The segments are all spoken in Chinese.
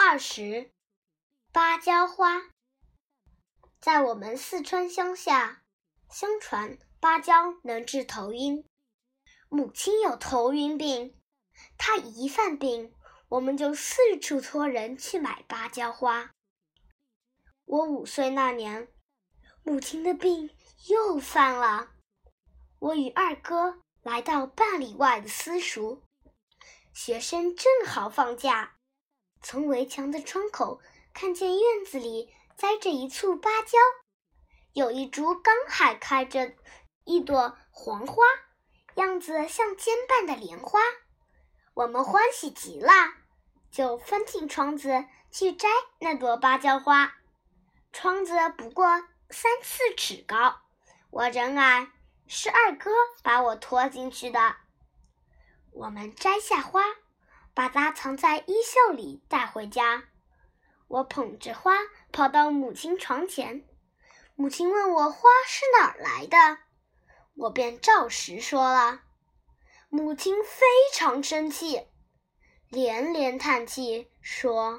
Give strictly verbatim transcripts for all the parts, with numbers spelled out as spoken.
二十，芭蕉花。在我们四川乡下，相传芭蕉能治头晕。母亲有头晕病，她一犯病，我们就四处托人去买芭蕉花。我五岁那年，母亲的病又犯了。我与二哥来到半里外的私塾，学生正好放假，从围墙的窗口看见院子里栽着一簇芭蕉，有一株刚还开着一朵黄花，样子像尖瓣的莲花。我们欢喜极了，就翻进窗子去摘那朵芭蕉花。窗子不过三四尺高，我人矮，是二哥把我拖进去的。我们摘下花，把它藏在衣袖里带回家。我捧着花跑到母亲床前，母亲问我花是哪儿来的，我便照实说了。母亲非常生气，连连叹气说：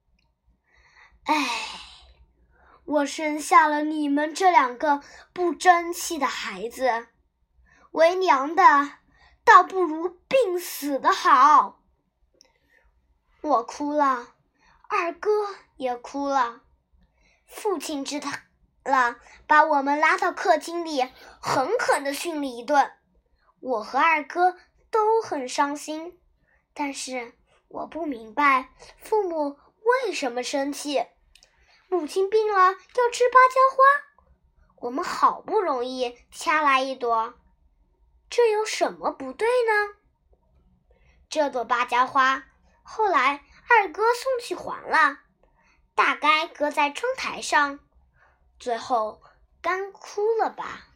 唉，我生下了你们这两个不争气的孩子，为娘的倒不如病死的好。我哭了，二哥也哭了。父亲知道了，把我们拉到客厅里，狠狠地训了一顿。我和二哥都很伤心，但是我不明白父母为什么生气。母亲病了，要吃芭蕉花，我们好不容易掐来一朵，这有什么不对呢？这朵芭蕉花后来二哥送去还了，大概搁在窗台上，最后干枯了吧。